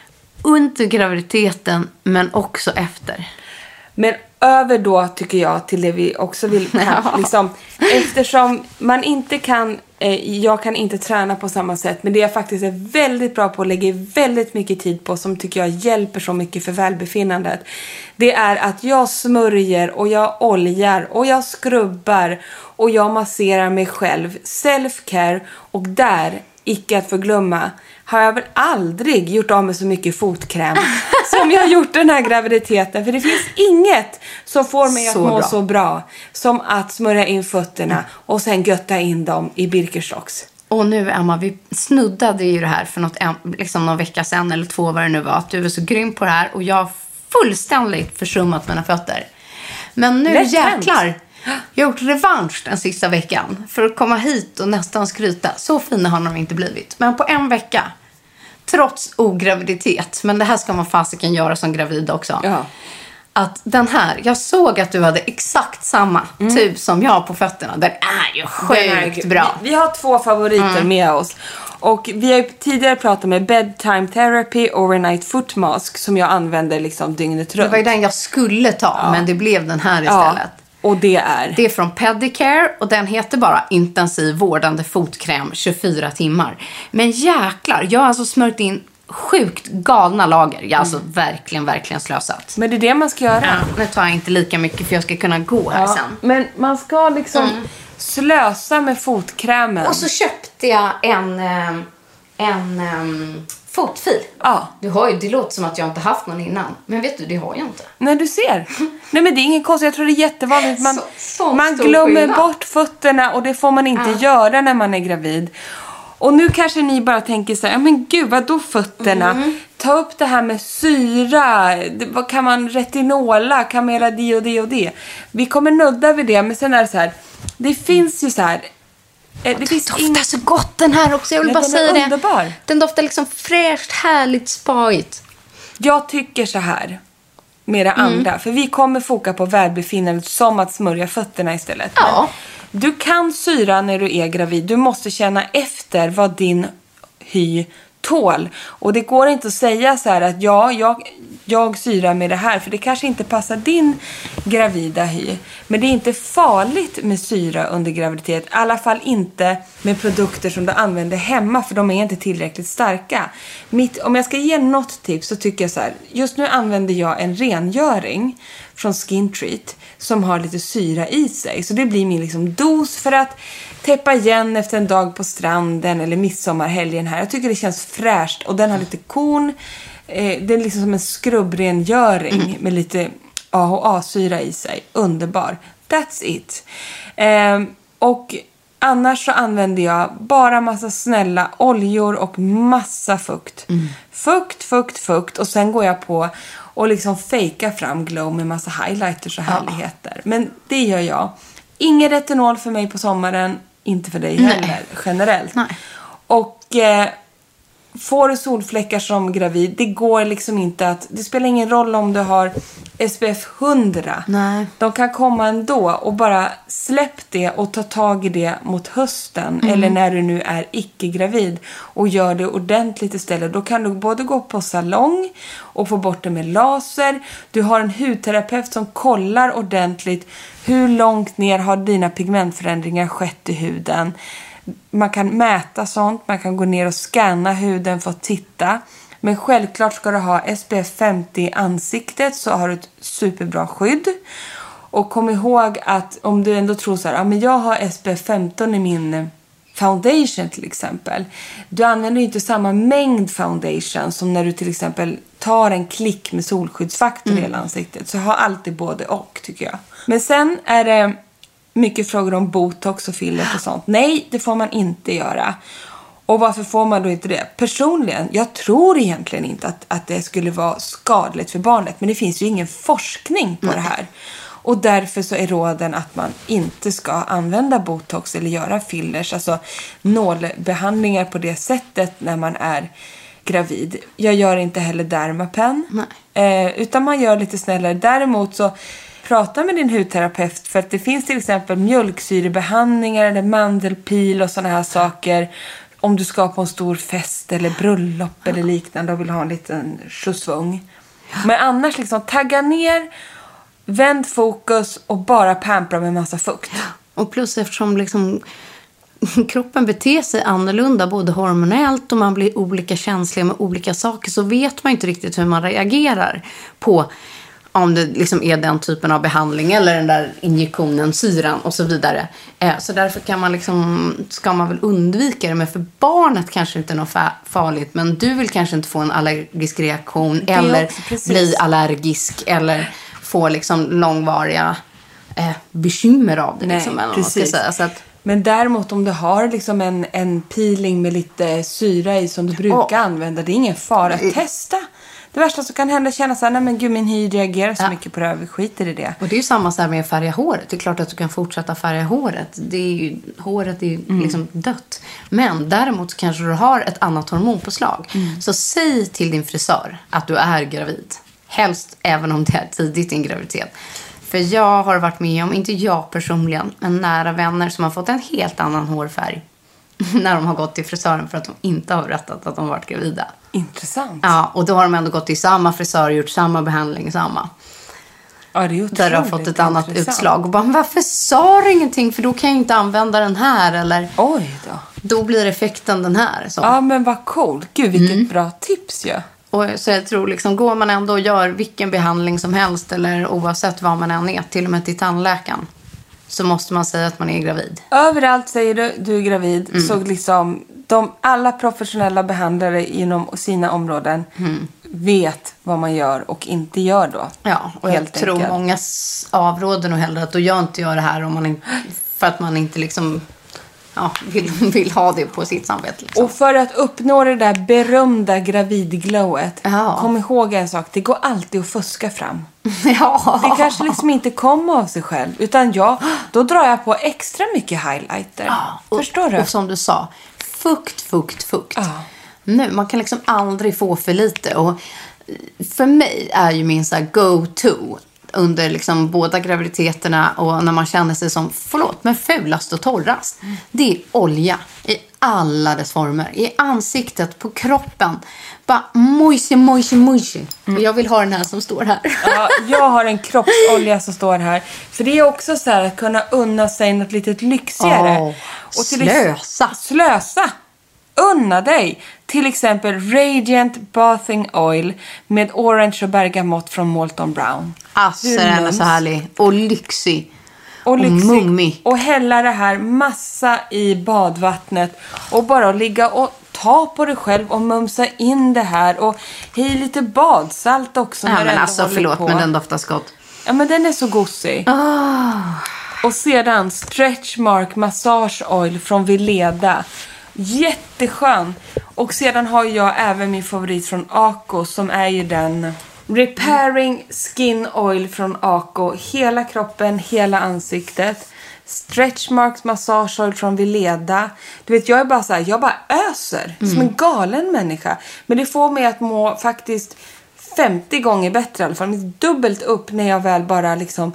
Speaker 5: under graviditeten men också efter. Men
Speaker 4: över då tycker jag till det vi också vill ja. liksom, eftersom man inte kan eh, jag kan inte träna på samma sätt, men det jag faktiskt är väldigt bra på och lägger väldigt mycket tid på som tycker jag hjälper så mycket för välbefinnandet, det är att jag smörjer och jag oljar och jag skrubbar och jag masserar mig själv, self-care, och där, icke att förglömma, har jag väl aldrig gjort av med så mycket fotkräm som jag har gjort den här graviditeten. För det finns inget som får mig att så må bra. så bra som att smörja in fötterna och sen götta in dem i Birkenstocks.
Speaker 5: Och nu, Emma, vi snuddade ju det här för något, liksom någon vecka sedan eller två vad det nu var. Att du är så grym på det här och jag har fullständigt försummat mina fötter. Men nu Lätt jäklar... Hänt. Jag har gjort revansch den sista veckan för att komma hit och nästan skryta. Så fina har de inte blivit. Men på en vecka, trots ograviditet, men det här ska man fasiken göra som gravid också. Ja. Att den här, jag såg att du hade exakt samma mm. typ som jag på fötterna. Den är ju sjukt är, bra.
Speaker 4: Vi, vi har två favoriter mm. med oss. Och vi har ju tidigare pratat med Bedtime Therapy Overnight Foot Mask som jag använder liksom dygnet runt.
Speaker 5: Det var ju den jag skulle ta, ja. men det blev den här istället.
Speaker 4: Ja. Och det är?
Speaker 5: Det är från Pedicare och den heter bara intensiv vårdande fotkräm tjugofyra timmar. Men jäklar, jag har alltså smört in sjukt galna lager. Jag har alltså mm. verkligen, verkligen slösat.
Speaker 4: Men det är det man ska göra.
Speaker 5: Ja, nu tar jag inte lika mycket för jag ska kunna gå här ja, sen.
Speaker 4: Men man ska liksom mm. slösa med fotkrämen.
Speaker 5: Och så köpte jag en, en, en fotfil.
Speaker 4: Ja.
Speaker 5: Du har ju, det låter som att jag inte haft någon innan. Men vet du, det har jag inte.
Speaker 4: Nej, du ser. Nej, men det är ingen konstigt. Jag tror det är jättevanligt. Man,
Speaker 5: så, så
Speaker 4: man glömmer
Speaker 5: skillnad.
Speaker 4: bort fötterna och det får man inte ja. göra när man är gravid. Och nu kanske ni bara tänker så här, ja men gud, vad då fötterna? Mm. Ta upp det här med syra. Det, vad kan man retinola? Kan man göra det och det och det? Vi kommer nudda vid det, men sen är det så här, det finns ju så här. Det
Speaker 5: den
Speaker 4: finns
Speaker 5: doftar
Speaker 4: ing...
Speaker 5: så gott den här också. Jag vill
Speaker 4: ja,
Speaker 5: bara
Speaker 4: den
Speaker 5: säga
Speaker 4: är
Speaker 5: det.
Speaker 4: Underbar.
Speaker 5: Den doftar liksom fräscht, härligt, spaigt.
Speaker 4: Jag tycker så här med det mm. andra. För vi kommer foka på välbefinnandet som att smörja fötterna istället.
Speaker 5: Ja.
Speaker 4: Men du kan syra när du är gravid. Du måste känna efter vad din hy tål. Och det går inte att säga så här att ja, jag, jag syrar med det här. För det kanske inte passar din gravida hy. Men det är inte farligt med syra under graviditet. I alla fall inte med produkter som du använder hemma. För de är inte tillräckligt starka. Mitt, om jag ska ge något tips så tycker jag så här. Just nu använder jag en rengöring från Skin Treat som har lite syra i sig. Så det blir min liksom dos för att täppa igen efter en dag på stranden eller midsommarhelgen här. Jag tycker det känns fräscht och den har lite korn. Eh, det är liksom som en skrubbrengöring mm. med lite A H A-syra i sig. Underbar. That's it. Eh, och annars så använder jag bara massa snälla oljor och massa fukt. Mm. Fukt, fukt, fukt. Och sen går jag på och liksom fejka fram glow med massa highlighters och härligheter. Ja. Men det gör jag. Ingen retinol för mig på sommaren. Inte för dig heller, Nej. generellt.
Speaker 5: Nej.
Speaker 4: Och eh, får du solfläckar som gravid, det går liksom inte att... Det spelar ingen roll om du har S P F hundra.
Speaker 5: Nej.
Speaker 4: De kan komma ändå och bara släpp det och ta tag i det mot hösten. Mm. Eller när du nu är icke-gravid. Och gör det ordentligt istället. Då kan du både gå på salong och få bort det med laser. Du har en hudterapeut som kollar ordentligt hur långt ner har dina pigmentförändringar skett i huden. Man kan mäta sånt. Man kan gå ner och scanna huden för att titta. Men självklart ska du ha S P F femtio i ansiktet så har du ett superbra skydd. Och kom ihåg att om du ändå tror så här, ja men jag har S P F femton i min foundation till exempel. Du använder ju inte samma mängd foundation som när du till exempel tar en klick med solskyddsfaktor mm. i hela ansiktet. Så ha alltid både och tycker jag. Men sen är det mycket frågor om botox och fillers och sånt. Nej, det får man inte göra. Och varför får man då inte det? Personligen, jag tror egentligen inte att, att det skulle vara skadligt för barnet. Men det finns ju ingen forskning på Nej. det här. Och därför så är råden att man inte ska använda botox eller göra fillers. Alltså nålbehandlingar på det sättet när man är gravid. Jag gör inte heller Dermapen. Eh, utan man gör lite snällare. Däremot så prata med din hudterapeut. För att det finns till exempel mjölksyrebehandlingar eller mandelpil och sådana här saker. Om du ska på en stor fest eller bröllop ja. eller liknande och vill ha en liten skjutsvung. Ja. Men annars liksom tagga ner, vänd fokus och bara pampra med massa fukt.
Speaker 5: Och plus eftersom liksom kroppen beter sig annorlunda både hormonellt och man blir olika känsliga med olika saker så vet man inte riktigt hur man reagerar på om det liksom är den typen av behandling eller den där injektionen, syran och så vidare. Så därför kan man liksom, ska man väl undvika det. Men för barnet kanske inte är något farligt. Men du vill kanske inte få en allergisk reaktion eller bli allergisk eller få liksom långvariga eh, bekymmer av det.
Speaker 4: Nej,
Speaker 5: liksom, eller
Speaker 4: precis.
Speaker 5: Man ska säga. Så att,
Speaker 4: men däremot om du har liksom en, en peeling med lite syra i som du brukar oh. använda, det är ingen fara att testa. Det värsta som kan hända är att känna så här, nej men gud min hy reagerar så ja. mycket på det här, vi skiter i det.
Speaker 5: Och det är ju samma så här med färga håret. Det är klart att du kan fortsätta färga håret. Det är ju, håret är ju mm. liksom dött. Men däremot så kanske du har ett annat hormonpåslag. Mm. Så säg till din frisör att du är gravid. Helst även om det är tidigt i en graviditet. För jag har varit med om, inte jag personligen, men nära vänner som har fått en helt annan hårfärg. När de har gått till frisören för att de inte har berättat att de varit gravida.
Speaker 4: Intressant.
Speaker 5: Ja, och då har de ändå gått till samma frisör och gjort samma behandling, samma.
Speaker 4: Ja, det är otroligt.
Speaker 5: Där de har fått ett annat utslag. Och bara, varför sa du ingenting? För då kan jag inte använda den här. Eller,
Speaker 4: oj då.
Speaker 5: Då blir effekten den här. Så.
Speaker 4: Ja, men vad coolt. Gud, vilket mm. bra tips ju. Ja.
Speaker 5: Och så jag tror liksom, går man ändå och gör vilken behandling som helst. Eller oavsett vad man än är, till och med till tandläkaren. Så måste man säga att man är gravid.
Speaker 4: Överallt säger du du är gravid.
Speaker 5: Mm.
Speaker 4: Så liksom de, alla professionella behandlare inom sina områden mm. vet vad man gör och inte gör då.
Speaker 5: Ja, och jag tror enkelt. Många avråder nog hellre att då gör inte jag det här om man inte, för att man inte liksom ja, vill, vill ha det på sitt samvete. Liksom.
Speaker 4: Och för att uppnå det där berömda gravidglowet,
Speaker 5: ja.
Speaker 4: kom ihåg en sak, det går alltid att fuska fram.
Speaker 5: Ja.
Speaker 4: Det kanske liksom inte kommer av sig själv, utan jag, då drar jag på extra mycket highlighter.
Speaker 5: Ja, och,
Speaker 4: förstår du?
Speaker 5: Och som du sa, fukt, fukt, fukt.
Speaker 4: Ja.
Speaker 5: Nu, man kan liksom aldrig få för lite. Och för mig är ju min så här go-to under liksom båda graviditeterna och när man känner sig som, förlåt, men fulast och torrast. Mm. Det är olja i alla dess former. I ansiktet, på kroppen. Bara mojse, mojse, mojse. Mm. Jag vill ha den här som står här.
Speaker 4: Ja, jag har en kroppsolja som står här. För det är också så här att kunna unna sig något litet lyxigare.
Speaker 5: Oh,
Speaker 4: och till
Speaker 5: slösa.
Speaker 4: Ex- slösa. Unna dig. Till exempel Radiant Bathing Oil med orange och bergamott från Molton Brown.
Speaker 5: Alltså, den är så härlig. Och lyxig.
Speaker 4: Och lyxig.
Speaker 5: Och mummig.
Speaker 4: Och hälla det här massa i badvattnet. Och bara ligga och ta på dig själv och mumsa in det här. Och hej lite badsalt också.
Speaker 5: Ja, men alltså förlåt, på. Men den doftar skott.
Speaker 4: Ja, men den är så gosig.
Speaker 5: Oh.
Speaker 4: Och sedan Stretch Mark Massage Oil från Veleda. Jätteskön. Och sedan har jag även min favorit från Ako, som är ju den Repairing Skin Oil från Ako. Hela kroppen, hela ansiktet. Stretch Marks Massage Oil från Veleda. Du vet, jag är bara så här, jag bara öser. Mm. Som en galen människa. Men det får mig att må faktiskt femtio gånger bättre i alla fall. Dubbelt upp när jag väl bara liksom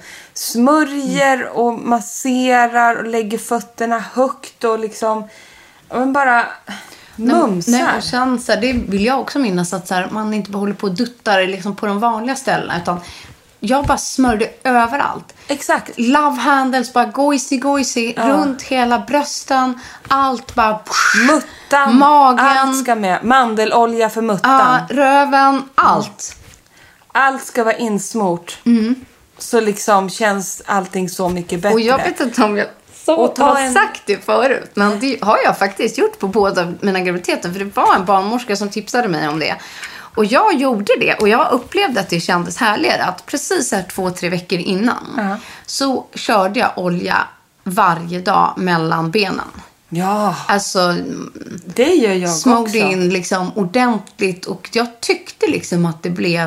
Speaker 4: smörjer mm. och masserar och lägger fötterna högt och liksom... Men bara mumsar.
Speaker 5: Nej, och sen, så här, det vill jag också minnas att så här, man inte bara håller på och duttar liksom på de vanliga ställena, utan jag bara smörde överallt.
Speaker 4: Exakt.
Speaker 5: Love handles, bara gojsi gojsi ja. Runt hela brösten, allt bara psh,
Speaker 4: muttan,
Speaker 5: magen,
Speaker 4: allt ska med. Mandelolja för muttan.
Speaker 5: Ja, röven, allt.
Speaker 4: Allt ska vara insmort.
Speaker 5: Mm.
Speaker 4: Så liksom känns allting så mycket bättre.
Speaker 5: Och jag vet inte om jag så och har en... sagt det förut, men det har jag faktiskt gjort på båda mina graviditeter, för det var en barnmorska som tipsade mig om det. Och jag gjorde det, och jag upplevde att det kändes härligare att precis här två, tre veckor innan uh-huh. så körde jag olja varje dag mellan benen.
Speaker 4: Ja,
Speaker 5: alltså
Speaker 4: det gör jag
Speaker 5: smorde
Speaker 4: också.
Speaker 5: In liksom ordentligt, och jag tyckte liksom att det blev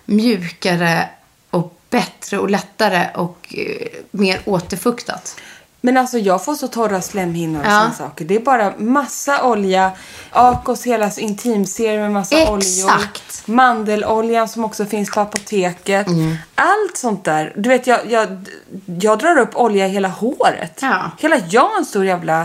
Speaker 5: mjukare och bättre och lättare och eh, mer återfuktat.
Speaker 4: Men alltså jag får så torra slemhinnor och
Speaker 5: ja.
Speaker 4: såna saker. Det är bara massa olja. Akos hela intimserie med massa
Speaker 5: Exakt.
Speaker 4: oljor. Mandeloljan som också finns på apoteket. Mm. Allt sånt där. Du vet, jag, jag, jag drar upp olja i hela håret.
Speaker 5: Ja.
Speaker 4: Hela jag en stor jävla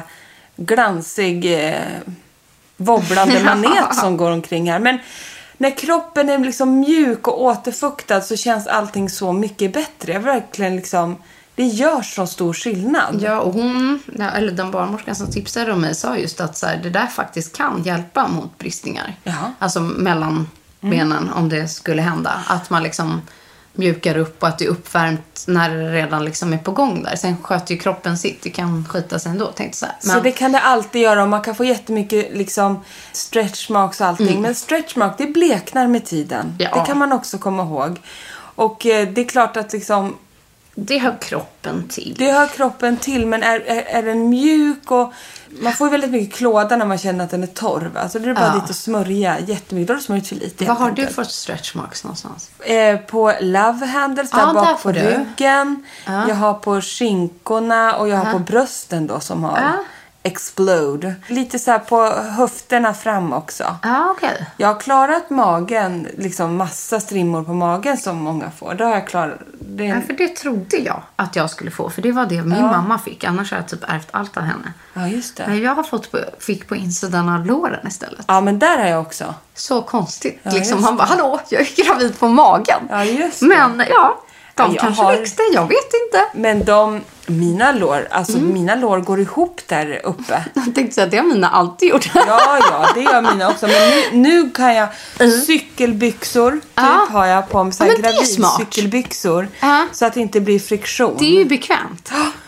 Speaker 4: glansig eh, wobblande manet som går omkring här. Men när kroppen är liksom mjuk och återfuktad så känns allting så mycket bättre. Jag verkligen liksom... Det gör så stor skillnad.
Speaker 5: Ja, och hon, eller den barnmorskan som tipsade om mig, sa just att så här, det där faktiskt kan hjälpa mot bristningar.
Speaker 4: Jaha.
Speaker 5: Alltså mellan benen, mm. om det skulle hända. Att man liksom mjukar upp och att det är uppvärmt när det redan liksom är på gång där. Sen sköter ju kroppen sitt, det kan skita sig ändå, tänkte så här. Men...
Speaker 4: Så det kan det alltid göra, och man kan få jättemycket liksom stretch marks och allting. Mm. Men stretch mark, det bleknar med tiden. Ja. Det kan man också komma ihåg. Och eh, det är klart att liksom...
Speaker 5: Det hör kroppen till.
Speaker 4: Det hör kroppen till, men är, är, är den mjuk och... Man får ju väldigt mycket klåda när man känner att den är torr. Alltså det är bara ja. Dit att smörja jättemycket. Då har du smörjt för lite.
Speaker 5: Vad har du fått stretch marks någonstans?
Speaker 4: Eh, på love handles, där
Speaker 5: ja,
Speaker 4: bak
Speaker 5: där
Speaker 4: på ryggen.
Speaker 5: Ja.
Speaker 4: Jag har på skinkorna och jag har ja. På brösten då som har... Ja. Explode. Lite så här på höfterna fram också.
Speaker 5: Ah, okay.
Speaker 4: Jag har klarat magen, liksom massa strimmor på magen som många får. Det har jag klarat. Det...
Speaker 5: Ja, för det trodde jag att jag skulle få. För det var det min ja. Mamma fick. Annars har jag typ ärvt allt av henne.
Speaker 4: Ja, just det.
Speaker 5: Men jag har fått på, fick på insidan av låren istället.
Speaker 4: Ja, men där har jag också.
Speaker 5: Så konstigt. Ja, liksom, han bara, hallå, jag är gravid på magen.
Speaker 4: Ja, just det.
Speaker 5: Men ja, de
Speaker 4: ja,
Speaker 5: kanske
Speaker 4: har...
Speaker 5: växte, jag vet inte.
Speaker 4: Men de, mina lår, alltså mm. mina lår går ihop där uppe.
Speaker 5: Jag tänkte säga att det har mina alltid gjort.
Speaker 4: Ja, ja, det gör mina också. Men nu, nu kan jag, mm. cykelbyxor typ ja. Har jag på mig, så här
Speaker 5: ja,
Speaker 4: gravidcykelbyxor.
Speaker 5: Ja.
Speaker 4: Så att det inte blir friktion.
Speaker 5: Det är ju bekvämt.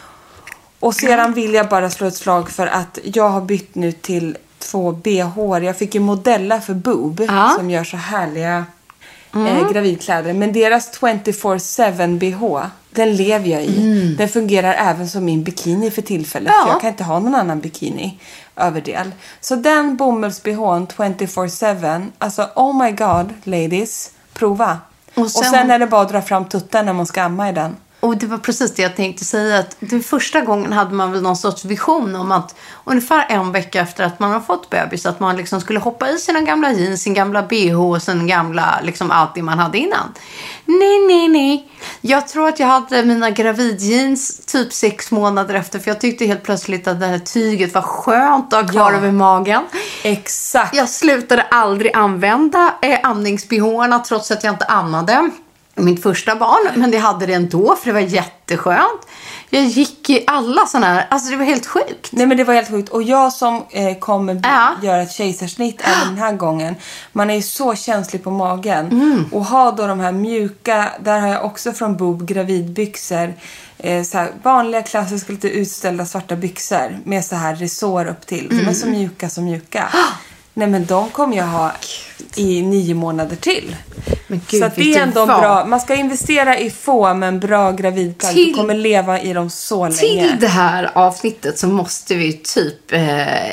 Speaker 4: Och sedan vill jag bara slå ett slag för att jag har bytt nu till två B H. Jag fick ju modella för Boob ja. Som gör så härliga mm. eh, gravidkläder. Men deras tjugofyra sju B H, Den lever jag i. Mm. Den fungerar även som min bikini för tillfället.
Speaker 5: Ja.
Speaker 4: För jag kan inte ha någon annan bikini överdel. Så den bomulls-bhn twenty-four seven. Alltså, oh my god, ladies. Prova. Och sen, och sen är det bara att dra fram tutten när man ska amma i den.
Speaker 5: Och det var precis det jag tänkte säga. Att den första gången hade man väl någon sorts vision om att ungefär en vecka efter att man har fått bebis, att man liksom skulle hoppa i sina gamla jeans, sin gamla bh och sin gamla, liksom allt det man hade innan. Nej, nej, nej. Jag tror att jag hade mina gravidjeans typ sex månader efter, för jag tyckte helt plötsligt att det här tyget var skönt att ha kvar
Speaker 4: ja.
Speaker 5: över magen.
Speaker 4: Exakt.
Speaker 5: Jag slutade aldrig använda eh, amningsbhåarna trots att jag inte ammade mitt första barn, men det hade det ändå för det var jätteskönt. Jag gick i alla såna här, alltså det var helt sjukt.
Speaker 4: Nej, men det var helt sjukt. Och jag som eh, kommer
Speaker 5: ja.
Speaker 4: göra ett kejsarsnitt även den här gången, man är ju så känslig på magen. Mm. Och ha då de här mjuka, där har jag också från Boob gravidbyxor, eh, så här vanliga klassiska lite utställda svarta byxor med så här resår upp till. Mm. De är så mjuka som mjuka. Nej, men de kommer jag ha i nio månader till.
Speaker 5: Men Gud,
Speaker 4: så att det är ändå bra. Man ska investera i få men bra gravidplagg. Du kommer leva i dem så länge.
Speaker 5: Till det här avsnittet så måste vi typ eh,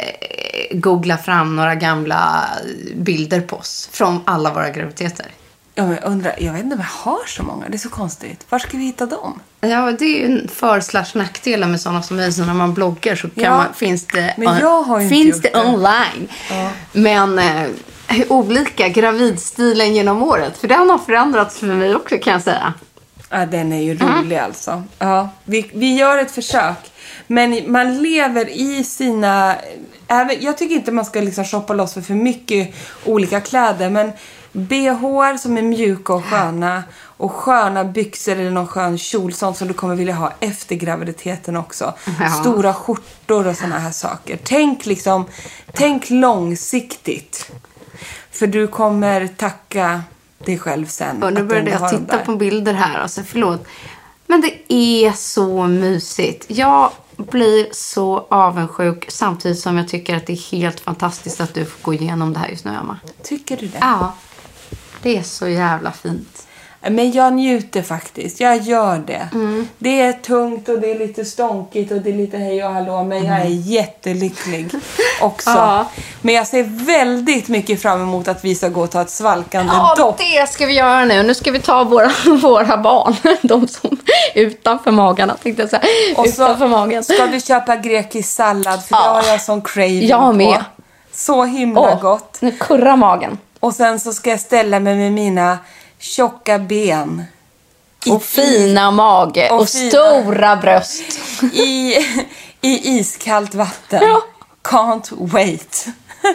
Speaker 5: googla fram några gamla bilder på oss från alla våra graviditeter.
Speaker 4: Ja, men jag undrar, jag vet inte om jag har så många. Det är så konstigt. Var ska vi hitta dem?
Speaker 5: Ja, det är ju en för slash nackdelar med sådana som mig. Så när man bloggar så kan
Speaker 4: ja,
Speaker 5: man, finns det,
Speaker 4: men jag har ju
Speaker 5: finns
Speaker 4: inte
Speaker 5: det,
Speaker 4: det
Speaker 5: online.
Speaker 4: Ja.
Speaker 5: Men eh, olika gravidstilen genom året. För den har förändrats för mig också, kan jag säga.
Speaker 4: Ja, den är ju rolig mm. alltså. Ja, vi, vi gör ett försök. Men man lever i sina... Jag tycker inte man ska liksom shoppa loss för för mycket olika kläder. Men B H som är mjuka och sköna. Och sköna byxor eller någon skön kjol. Sånt som du kommer vilja ha efter graviditeten också. Ja. Stora skjortor och såna här saker. Tänk liksom... Tänk långsiktigt. För du kommer tacka dig själv sen.
Speaker 5: Och nu började jag titta på bilder här. Alltså, förlåt. Men det är så mysigt. Jag blir så avundsjuk samtidigt som jag tycker att det är helt fantastiskt att du får gå igenom det här just nu, Emma.
Speaker 4: Tycker du det?
Speaker 5: Ja. Det är så jävla fint.
Speaker 4: Men jag njuter faktiskt. Jag gör det. Mm. Det är tungt och det är lite stånkigt och det är lite hej och hallå. Men jag är jättelycklig också. Ja. Men jag ser väldigt mycket fram emot att vi ska gå och ta ett svalkande
Speaker 5: ja,
Speaker 4: dopp.
Speaker 5: Ja, det ska vi göra nu. Nu ska vi ta våra, våra barn. De som utanför magarna, tänkte jag säga.
Speaker 4: Och
Speaker 5: utanför
Speaker 4: så
Speaker 5: magen.
Speaker 4: Ska du köpa grekisk sallad. För ja. det har jag sån craving
Speaker 5: jag med.
Speaker 4: på. Så himla oh, gott.
Speaker 5: Nu kurrar magen.
Speaker 4: Och sen så ska jag ställa mig med mina... tjocka ben.
Speaker 5: Och I, fina mage. Och, och fina, stora bröst.
Speaker 4: I, I iskallt vatten.
Speaker 5: Ja.
Speaker 4: Can't wait.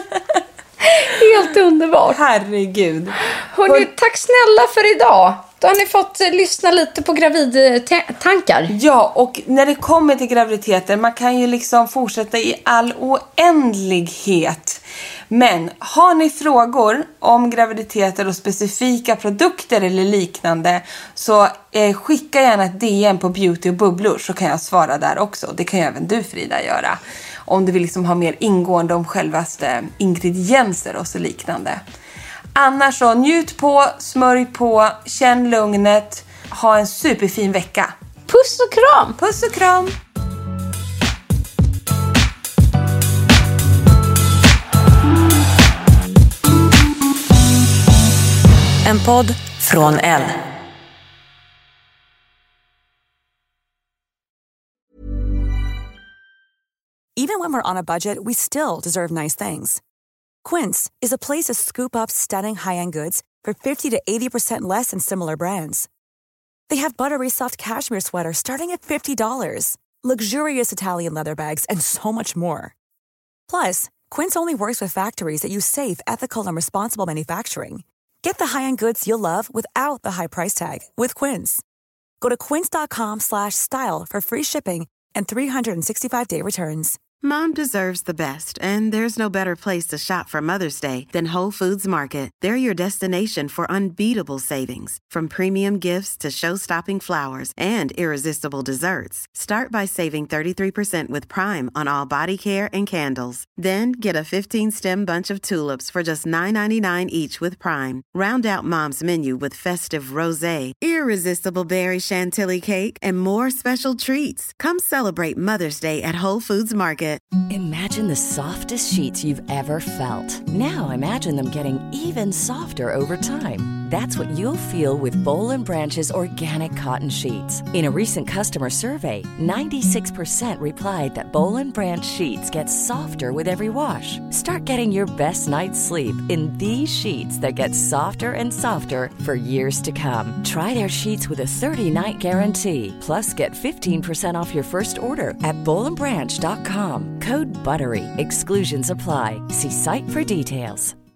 Speaker 5: Helt underbart.
Speaker 4: Herregud.
Speaker 5: Hörrni, Hör... tack snälla för idag. Då har ni fått eh, lyssna lite på gravidtankar.
Speaker 4: Ja, och när det kommer till graviditeter, man kan ju liksom fortsätta i all oändlighet. Men har ni frågor om graviditeter och specifika produkter eller liknande, så eh, skicka gärna ett D M på Beauty och Bubblor, så kan jag svara där också. Det kan ju även du, Frida, göra. Om du vill liksom ha mer ingående om självaste ingredienser och så liknande. Annars så njut på, smörj på, känn lugnet, ha en superfin vecka.
Speaker 5: Puss och kram!
Speaker 4: Puss och kram!
Speaker 1: En podd från Elle. Even when we're on a budget, we still deserve nice things. Quince is a place to scoop up stunning high-end goods for fifty to eighty percent less than similar brands. They have buttery soft cashmere sweaters starting at fifty dollars, luxurious Italian leather bags, and so much more. Plus, Quince only works with factories that use safe, ethical, and responsible manufacturing. Get the high-end goods you'll love without the high price tag with Quince. Go to quince dot com slash style for free shipping and three sixty-five day returns.
Speaker 7: Mom deserves the best, and there's no better place to shop for Mother's Day than Whole Foods Market. They're your destination for unbeatable savings, from premium gifts to show-stopping flowers and irresistible desserts. Start by saving thirty-three percent with Prime on all body care and candles. Then get a fifteen-stem bunch of tulips for just nine ninety-nine each with Prime. Round out Mom's menu with festive rosé, irresistible berry chantilly cake, and more special treats. Come celebrate Mother's Day at Whole Foods Market.
Speaker 3: Imagine the softest sheets you've ever felt. Now imagine them getting even softer over time. That's what you'll feel with Boll and Branch's organic cotton sheets. In a recent customer survey, ninety-six percent replied that Boll and Branch sheets get softer with every wash. Start getting your best night's sleep in these sheets that get softer and softer for years to come. Try their sheets with a thirty-night guarantee. Plus, get fifteen percent off your first order at boll and branch dot com. Code BUTTERY. Exclusions apply. See site for details.